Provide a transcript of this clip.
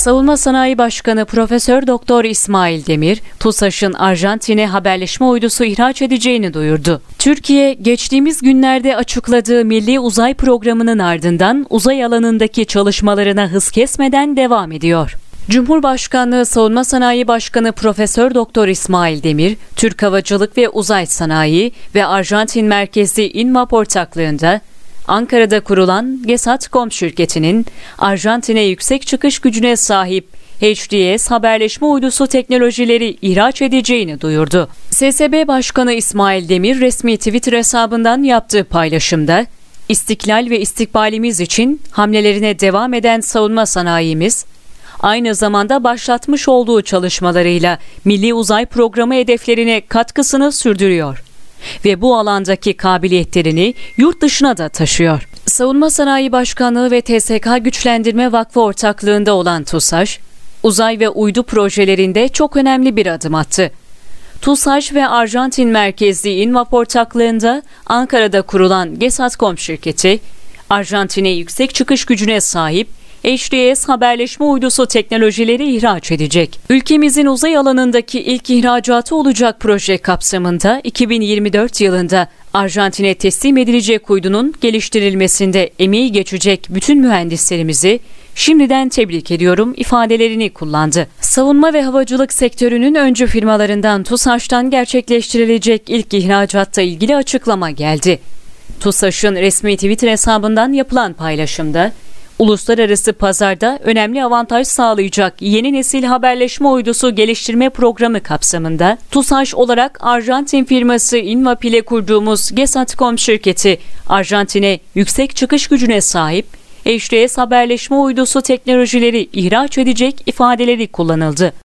Savunma Sanayi Başkanı Profesör Doktor İsmail Demir, TUSAŞ'ın Arjantin'e haberleşme uydusu ihraç edeceğini duyurdu. Türkiye, geçtiğimiz günlerde açıkladığı Milli Uzay Programı'nın ardından uzay alanındaki çalışmalarına hız kesmeden devam ediyor. Cumhurbaşkanlığı Savunma Sanayi Başkanı Profesör Doktor İsmail Demir, Türk Havacılık ve Uzay Sanayi ve Arjantin merkezli İNVAP ortaklığında Ankara'da kurulan GESATCOM şirketinin Arjantin'e yüksek çıkış gücüne sahip HDS haberleşme uydusu teknolojileri ihraç edeceğini duyurdu. SSB Başkanı İsmail Demir resmi Twitter hesabından yaptığı paylaşımda, "İstiklal ve istikbalimiz için hamlelerine devam eden savunma sanayimiz, aynı zamanda başlatmış olduğu çalışmalarıyla Milli Uzay Programı hedeflerine katkısını sürdürüyor ve bu alandaki kabiliyetlerini yurt dışına da taşıyor." Savunma Sanayi Başkanlığı ve TSK Güçlendirme Vakfı ortaklığında olan TUSAŞ, uzay ve uydu projelerinde çok önemli bir adım attı. TUSAŞ ve Arjantin merkezli İNVAP ortaklığında Ankara'da kurulan GESATCOM şirketi, Arjantin'e yüksek çıkış gücüne sahip HDS haberleşme uydusu teknolojileri ihraç edecek. Ülkemizin uzay alanındaki ilk ihracatı olacak proje kapsamında 2024 yılında Arjantin'e teslim edilecek uydunun geliştirilmesinde emeği geçecek bütün mühendislerimizi şimdiden tebrik ediyorum ifadelerini kullandı. Savunma ve havacılık sektörünün öncü firmalarından TUSAŞ'tan gerçekleştirilecek ilk ihracatta ilgili açıklama geldi. TUSAŞ'ın resmi Twitter hesabından yapılan paylaşımda, uluslararası pazarda önemli avantaj sağlayacak yeni nesil haberleşme uydusu geliştirme programı kapsamında TUSAŞ olarak Arjantin firması İNVAP ile kurduğumuz GESATCOM şirketi Arjantin'e yüksek çıkış gücüne sahip HDS haberleşme uydusu teknolojileri ihraç edecek ifadeleri kullanıldı.